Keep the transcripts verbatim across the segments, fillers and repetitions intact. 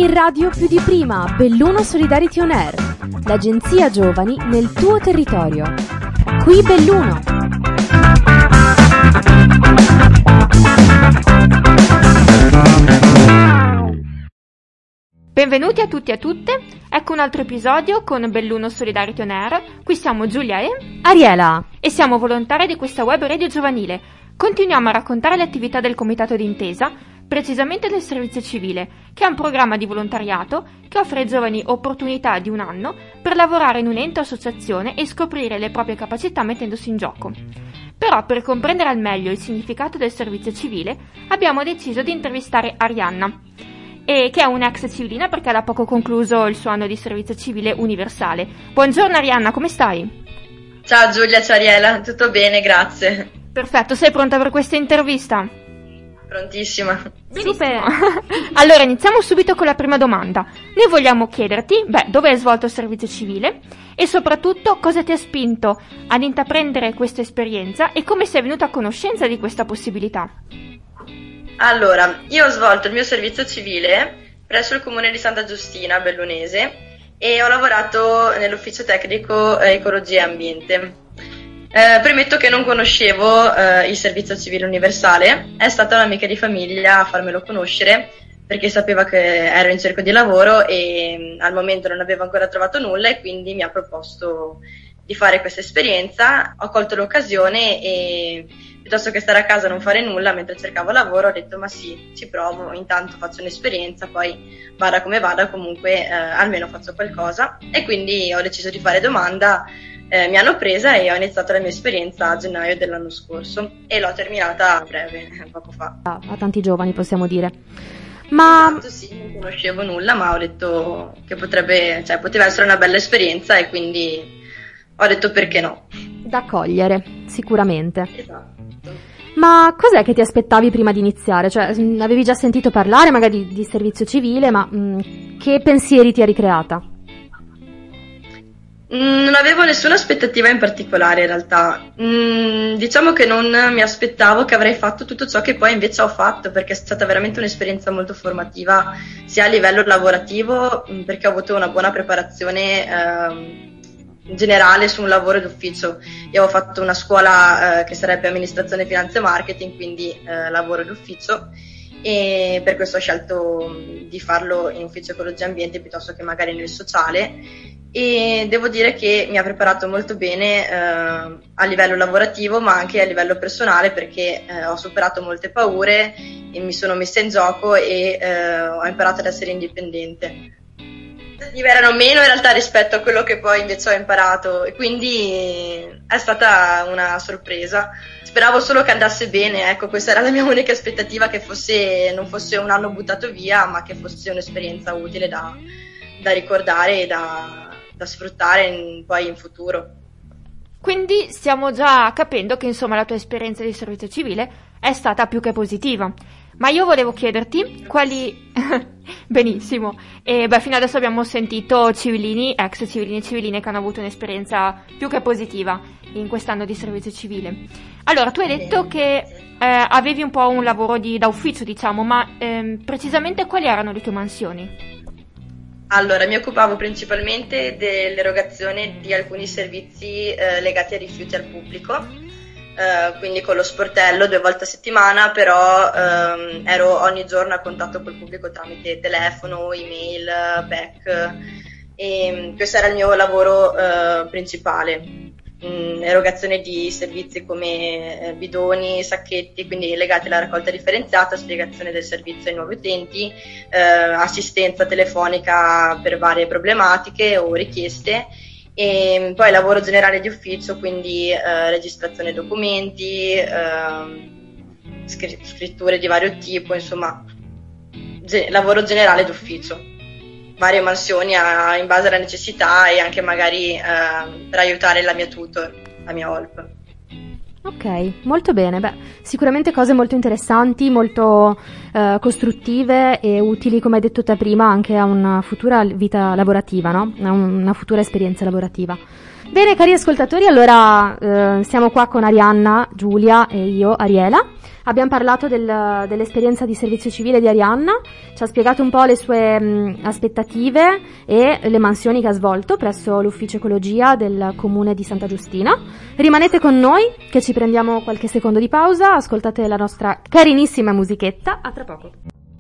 Per Radio Più di Prima, Belluno Solidarity On Air, l'agenzia giovani nel tuo territorio. Qui Belluno. Benvenuti a tutti e a tutte, ecco un altro episodio con Belluno Solidarity On Air. Qui siamo Giulia e Ariela e siamo volontari di questa web radio giovanile. Continuiamo a raccontare le attività del Comitato d'Intesa, precisamente del Servizio Civile, che è un programma di volontariato che offre ai giovani opportunità di un anno per lavorare in un ente o associazione e scoprire le proprie capacità mettendosi in gioco. Però per comprendere al meglio il significato del Servizio Civile abbiamo deciso di intervistare Arianna, e che è un'ex civilina perché ha da poco concluso il suo anno di servizio civile universale. Buongiorno Arianna, come stai? Ciao Giulia, ciao Ariela, tutto bene, grazie. Perfetto, sei pronta per questa intervista? Prontissima. Super. Allora iniziamo subito con la prima domanda. Noi vogliamo chiederti, beh, dove hai svolto il servizio civile e soprattutto cosa ti ha spinto ad intraprendere questa esperienza e come sei venuta a conoscenza di questa possibilità. Allora, io ho svolto il mio servizio civile presso il comune di Santa Giustina, bellunese, e ho lavorato nell'ufficio tecnico eh, ecologia e ambiente. Eh, premetto che non conoscevo eh, il servizio civile universale, è stata un'amica di famiglia a farmelo conoscere perché sapeva che ero in cerca di lavoro e mh, al momento non avevo ancora trovato nulla e quindi mi ha proposto di fare questa esperienza. Ho colto l'occasione e piuttosto che stare a casa e non fare nulla mentre cercavo lavoro ho detto ma sì, ci provo, intanto faccio un'esperienza, poi vada come vada comunque eh, almeno faccio qualcosa, e quindi ho deciso di fare domanda, eh, mi hanno presa e ho iniziato la mia esperienza a gennaio dell'anno scorso e l'ho terminata a breve, poco fa. A, a tanti giovani possiamo dire. Ma esatto, sì, non conoscevo nulla ma ho detto che potrebbe, cioè poteva essere una bella esperienza e quindi ho detto perché no. Da cogliere, sicuramente. Esatto. Ma cos'è che ti aspettavi prima di iniziare? Cioè, mh, avevi già sentito parlare magari di, di servizio civile, ma mh, che pensieri ti eri creata? Mm, non avevo nessuna aspettativa in particolare in realtà. Mm, diciamo che non mi aspettavo che avrei fatto tutto ciò che poi invece ho fatto, perché è stata veramente un'esperienza molto formativa sia a livello lavorativo, mh, perché ho avuto una buona preparazione ehm, generale su un lavoro d'ufficio. Io ho fatto una scuola eh, che sarebbe amministrazione, finanza e marketing, quindi eh, lavoro d'ufficio, e per questo ho scelto di farlo in ufficio ecologia e ambiente piuttosto che magari nel sociale, e devo dire che mi ha preparato molto bene eh, a livello lavorativo ma anche a livello personale, perché eh, ho superato molte paure e mi sono messa in gioco e eh, ho imparato ad essere indipendente. Erano meno in realtà rispetto a quello che poi invece ho imparato e quindi è stata una sorpresa. Speravo solo che andasse bene, ecco, questa era la mia unica aspettativa, che fosse non fosse un anno buttato via, ma che fosse un'esperienza utile da, da ricordare e da, da sfruttare in, poi in futuro. Quindi stiamo già capendo che insomma la tua esperienza di servizio civile è stata più che positiva. Ma io volevo chiederti quali... Benissimo. E beh, fino adesso abbiamo sentito civilini, ex civilini e civiline che hanno avuto un'esperienza più che positiva in quest'anno di servizio civile. Allora, tu hai detto che eh, avevi un po' un lavoro di, da ufficio, diciamo, ma ehm, precisamente quali erano le tue mansioni? Allora, mi occupavo principalmente dell'erogazione di alcuni servizi eh, legati ai rifiuti al pubblico. Uh, quindi con lo sportello due volte a settimana, però um, ero ogni giorno a contatto col pubblico tramite telefono, email, B E C, e questo era il mio lavoro uh, principale. Mm, erogazione di servizi come eh, bidoni, sacchetti, quindi legati alla raccolta differenziata, spiegazione del servizio ai nuovi utenti, eh, assistenza telefonica per varie problematiche o richieste. E poi lavoro generale di ufficio, quindi eh, registrazione documenti, eh, scritture di vario tipo, insomma ge- lavoro generale d'ufficio, varie mansioni a, in base alla necessità e anche magari eh, per aiutare la mia tutor, la mia O L P. Ok, molto bene. Beh, sicuramente cose molto interessanti, molto eh, costruttive e utili, come hai detto te prima, anche a una futura vita lavorativa, no? A una futura esperienza lavorativa. Bene, cari ascoltatori, allora eh, siamo qua con Arianna, Giulia e io, Ariela. Abbiamo parlato del, dell'esperienza di servizio civile di Arianna, ci ha spiegato un po' le sue mh, aspettative e le mansioni che ha svolto presso l'ufficio ecologia del comune di Santa Giustina. Rimanete con noi che ci prendiamo qualche secondo di pausa, ascoltate la nostra carinissima musichetta, a tra poco.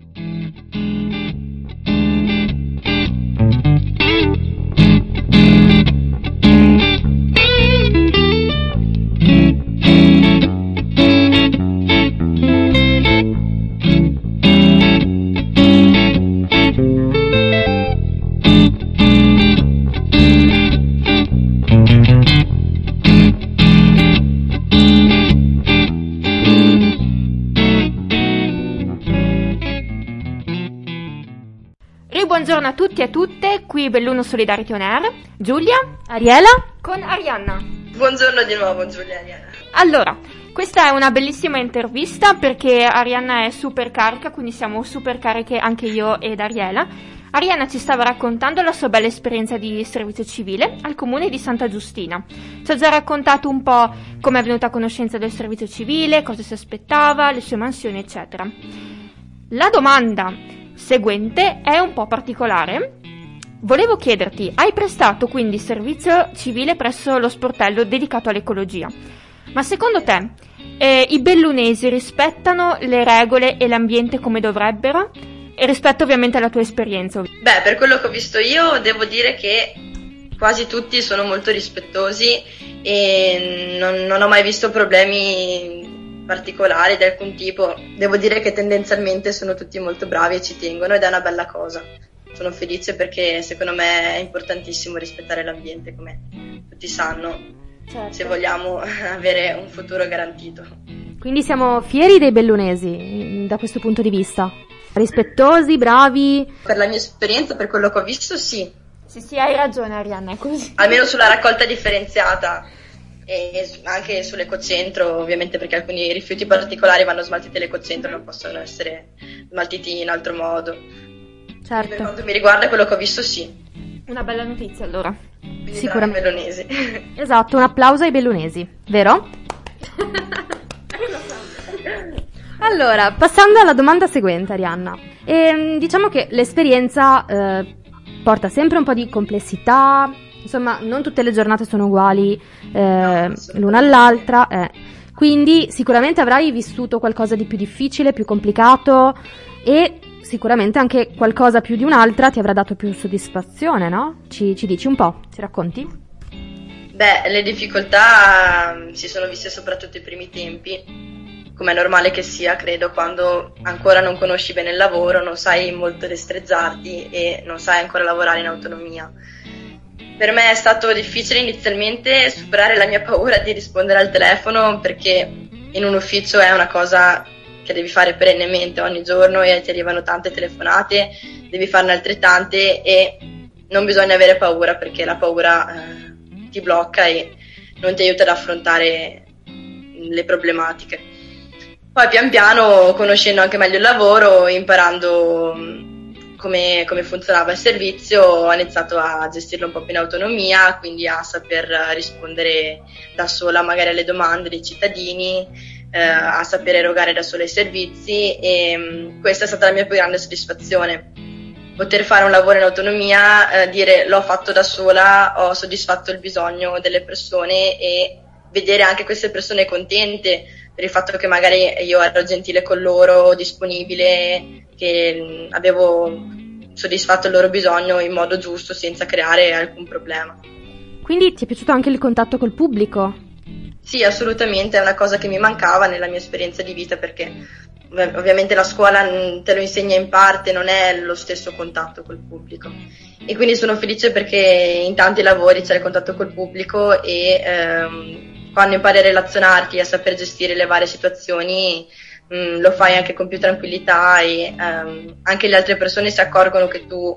Buongiorno a tutti e a tutte, qui Belluno Solidarity On Air, Giulia, Ariela con Arianna. Buongiorno di nuovo Giulia e Arianna. Allora, questa è una bellissima intervista perché Arianna è super carica, quindi siamo super cariche anche io ed Ariela. Arianna ci stava raccontando la sua bella esperienza di servizio civile al comune di Santa Giustina. Ci ha già raccontato un po' come è venuta a conoscenza del servizio civile, cosa si aspettava, le sue mansioni, eccetera. La domanda seguente è un po' particolare. Volevo chiederti, hai prestato quindi servizio civile presso lo sportello dedicato all'ecologia, ma secondo te eh, i bellunesi rispettano le regole e l'ambiente come dovrebbero? E rispetto ovviamente alla tua esperienza. Beh, per quello che ho visto io devo dire che quasi tutti sono molto rispettosi e non, non ho mai visto problemi particolari di alcun tipo. Devo dire che tendenzialmente sono tutti molto bravi e ci tengono ed è una bella cosa. Sono felice perché secondo me è importantissimo rispettare l'ambiente, come tutti sanno, certo, se vogliamo avere un futuro garantito. Quindi siamo fieri dei bellunesi da questo punto di vista? Rispettosi, bravi? Per la mia esperienza, per quello che ho visto, sì. Sì, sì, hai ragione Arianna, è così. Almeno sulla raccolta differenziata. E anche sull'ecocentro, ovviamente, perché alcuni rifiuti particolari vanno smaltiti all'ecocentro, non possono essere smaltiti in altro modo. Certo. Per quanto mi riguarda, quello che ho visto, sì. Una bella notizia allora. Quindi sicuramente bellunesi. Esatto, un applauso ai bellunesi, vero? Allora, passando alla domanda seguente, Arianna. E, diciamo che l'esperienza eh, porta sempre un po' di complessità. Insomma, non tutte le giornate sono uguali eh, no, l'una all'altra, eh. Quindi sicuramente avrai vissuto qualcosa di più difficile, più complicato e sicuramente anche qualcosa più di un'altra ti avrà dato più soddisfazione, no? Ci, ci dici un po', ci racconti? Beh, le difficoltà si sono viste soprattutto ai primi tempi, come è normale che sia, credo, quando ancora non conosci bene il lavoro, non sai molto destrezzarti e non sai ancora lavorare in autonomia. Per me è stato difficile inizialmente superare la mia paura di rispondere al telefono, perché in un ufficio è una cosa che devi fare perennemente ogni giorno e ti arrivano tante telefonate, devi farne altrettante e non bisogna avere paura, perché la paura eh, ti blocca e non ti aiuta ad affrontare le problematiche. Poi pian piano, conoscendo anche meglio il lavoro, imparando Come, come funzionava il servizio, ho iniziato a gestirlo un po' più in autonomia, quindi a saper rispondere da sola magari alle domande dei cittadini, eh, a saper erogare da sola i servizi e mh, questa è stata la mia più grande soddisfazione. Poter fare un lavoro in autonomia, eh, dire l'ho fatto da sola, ho soddisfatto il bisogno delle persone e vedere anche queste persone contente per il fatto che magari io ero gentile con loro, disponibile, che avevo soddisfatto il loro bisogno in modo giusto senza creare alcun problema. Quindi ti è piaciuto anche il contatto col pubblico? Sì, assolutamente, è una cosa che mi mancava nella mia esperienza di vita, perché ovviamente la scuola te lo insegna in parte, non è lo stesso contatto col pubblico e quindi sono felice perché in tanti lavori c'è il contatto col pubblico e ehm, quando impari a relazionarti, a saper gestire le varie situazioni, mh, lo fai anche con più tranquillità e um, anche le altre persone si accorgono che tu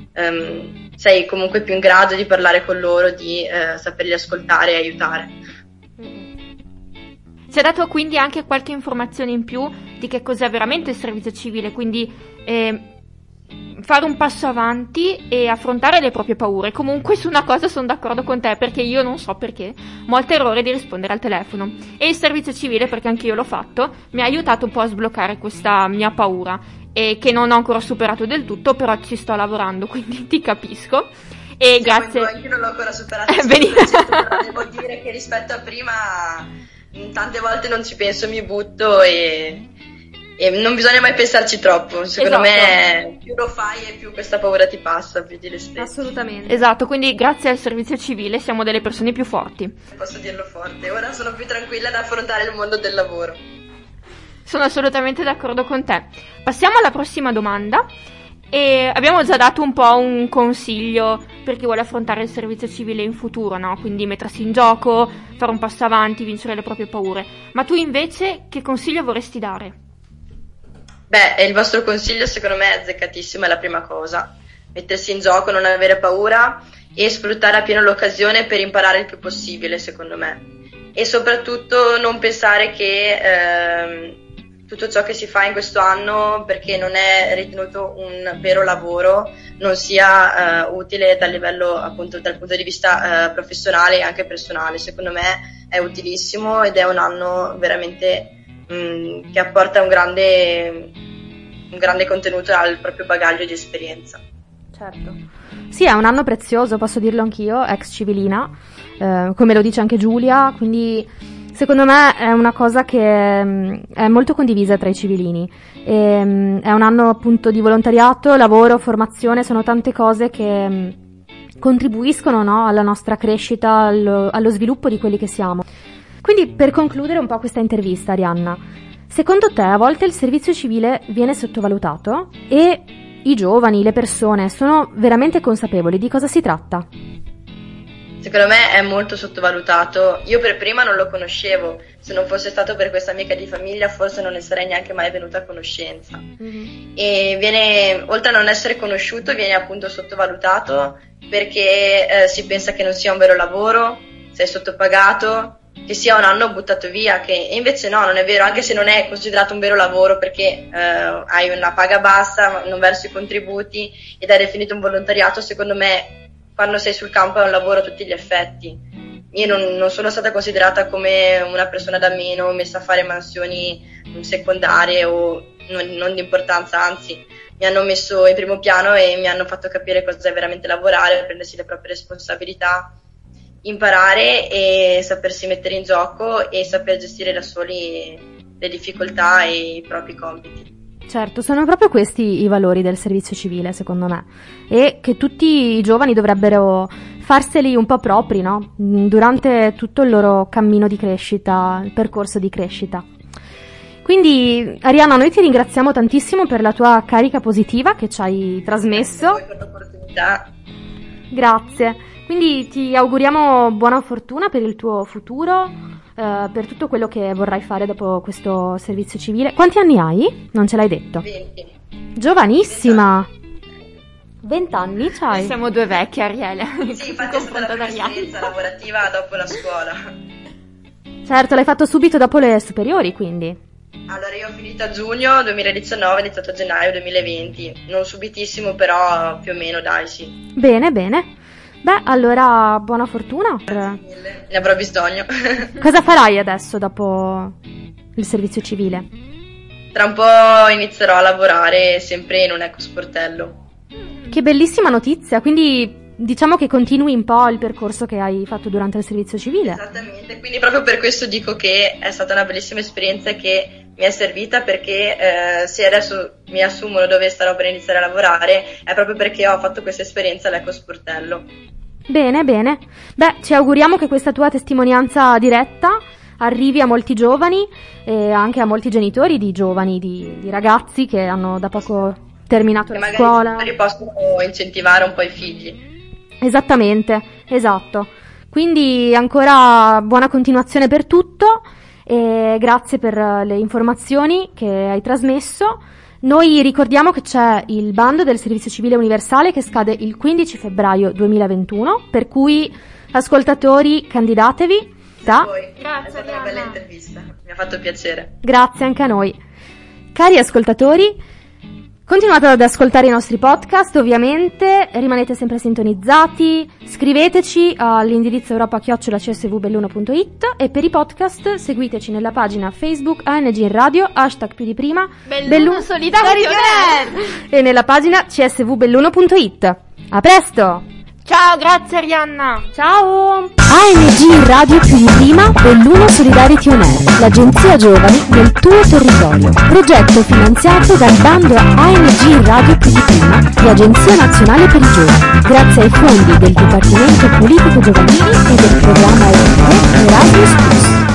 um, sei comunque più in grado di parlare con loro, di uh, saperli ascoltare e aiutare. Ci ha dato quindi anche qualche informazione in più di che cos'è veramente il servizio civile, quindi eh, fare un passo avanti e affrontare le proprie paure. Comunque su una cosa sono d'accordo con te, perché io non so perché mo il terrore di rispondere al telefono, e il servizio civile, perché anche io l'ho fatto, mi ha aiutato un po' a sbloccare questa mia paura, e che non ho ancora superato del tutto, però ci sto lavorando, quindi ti capisco. E Siamo grazie. in due, anche io non l'ho ancora superato, Eh, vedi? però devo dire che rispetto a prima tante volte non ci penso, mi butto e, e non bisogna mai pensarci troppo. Secondo Esatto. me più lo fai e più questa paura ti passa, più ti rispetti. Assolutamente. Esatto, quindi grazie al servizio civile siamo delle persone più forti. Posso dirlo forte, ora sono più tranquilla ad affrontare il mondo del lavoro. Sono assolutamente d'accordo con te. Passiamo alla prossima domanda. E abbiamo già dato un po' un consiglio per chi vuole affrontare il servizio civile in futuro, no? Quindi mettersi in gioco, fare un passo avanti, vincere le proprie paure. Ma tu invece che consiglio vorresti dare? Beh, il vostro consiglio secondo me è azzeccatissimo, è la prima cosa. Mettersi in gioco, non avere paura e sfruttare appieno l'occasione per imparare il più possibile, secondo me. E soprattutto non pensare che ehm, tutto ciò che si fa in questo anno, perché non è ritenuto un vero lavoro, non sia uh, utile dal livello, appunto, dal punto di vista uh, professionale e anche personale. Secondo me è utilissimo ed è un anno veramente mh, che apporta un grande, un grande contenuto al proprio bagaglio di esperienza. Certo. Sì, è un anno prezioso, posso dirlo anch'io, ex civilina, eh, come lo dice anche Giulia, quindi secondo me è una cosa che mh, è molto condivisa tra i civilini. E, mh, è un anno appunto di volontariato, lavoro, formazione, sono tante cose che mh, contribuiscono, no, alla nostra crescita, allo, allo sviluppo di quelli che siamo. Quindi, per concludere un po' questa intervista, Arianna, secondo te a volte il servizio civile viene sottovalutato e i giovani, le persone sono veramente consapevoli di cosa si tratta? Secondo me è molto sottovalutato. Io per prima non lo conoscevo, se non fosse stato per questa amica di famiglia forse non ne sarei neanche mai venuta a conoscenza. Mm-hmm. E viene, oltre a non essere conosciuto, viene appunto sottovalutato perché eh, si pensa che non sia un vero lavoro, sei sottopagato, che sia un anno buttato via, che e invece no, non è vero, anche se non è considerato un vero lavoro perché eh, hai una paga bassa, non versi i contributi ed è definito un volontariato. Secondo me quando sei sul campo è un lavoro a tutti gli effetti. Io non, non sono stata considerata come una persona da meno, messa a fare mansioni secondarie o non, non di importanza, anzi mi hanno messo in primo piano e mi hanno fatto capire cosa è veramente lavorare, prendersi le proprie responsabilità, imparare e sapersi mettere in gioco e saper gestire da soli le difficoltà e i propri compiti. Certo, sono proprio questi i valori del servizio civile, secondo me, e che tutti i giovani dovrebbero farseli un po' propri, no? Durante tutto il loro cammino di crescita, il percorso di crescita. Quindi, Arianna, noi ti ringraziamo tantissimo per la tua carica positiva che ci hai trasmesso. Grazie a voi per l'opportunità. Grazie. Quindi ti auguriamo buona fortuna per il tuo futuro, eh, per tutto quello che vorrai fare dopo questo servizio civile. Quanti anni hai? Non ce l'hai detto. venti. Giovanissima. venti anni c'hai? Siamo due vecchie, Ariele. Sì, infatti è stata la prima esperienza lavorativa dopo la scuola. Certo, l'hai fatto subito dopo le superiori, quindi. Allora io ho finito a giugno duemiladiciannove, ho iniziato a gennaio duemilaventi. Non subitissimo, però più o meno, dai, sì. Bene, bene. Beh, allora buona fortuna. Grazie mille, ne avrò bisogno. Cosa farai adesso dopo il servizio civile? Tra un po' inizierò a lavorare sempre in un ecosportello. Che bellissima notizia, quindi diciamo che continui un po' il percorso che hai fatto durante il servizio civile. Esattamente, quindi proprio per questo dico che è stata una bellissima esperienza che mi è servita, perché eh, se adesso mi assumono dove starò per iniziare a lavorare è proprio perché ho fatto questa esperienza all'ecosportello. Bene, bene. Beh, ci auguriamo che questa tua testimonianza diretta arrivi a molti giovani e anche a molti genitori di giovani, di, di ragazzi che hanno da poco terminato che la magari scuola. Magari possono incentivare un po' i figli. Esattamente, esatto. Quindi ancora buona continuazione per tutto e grazie per le informazioni che hai trasmesso. Noi ricordiamo che c'è il bando del servizio civile universale che scade il quindici febbraio duemilaventuno, per cui ascoltatori candidatevi. Da... Grazie, è stata una bella intervista, mi ha fatto piacere. Grazie anche a noi. Cari ascoltatori, Continuate ad ascoltare i nostri podcast, ovviamente, rimanete sempre sintonizzati, scriveteci all'indirizzo europa chiocciola c s v belluno punto i t e per i podcast seguiteci nella pagina Facebook A N G in Radio, hashtag più di prima, Belluno, Belluno Solidario Nerd! e nella pagina c s v belluno punto i t. A presto! Ciao, grazie Arianna! Ciao! A N G in Radio più di prima, Belluno Solidarity On Air, l'agenzia giovani nel tuo territorio. Progetto finanziato dal bando A N G in Radio più di prima di Agenzia Nazionale per i Giovani, grazie ai fondi del Dipartimento Politico Giovanili e del programma europeo Erasmus Plus.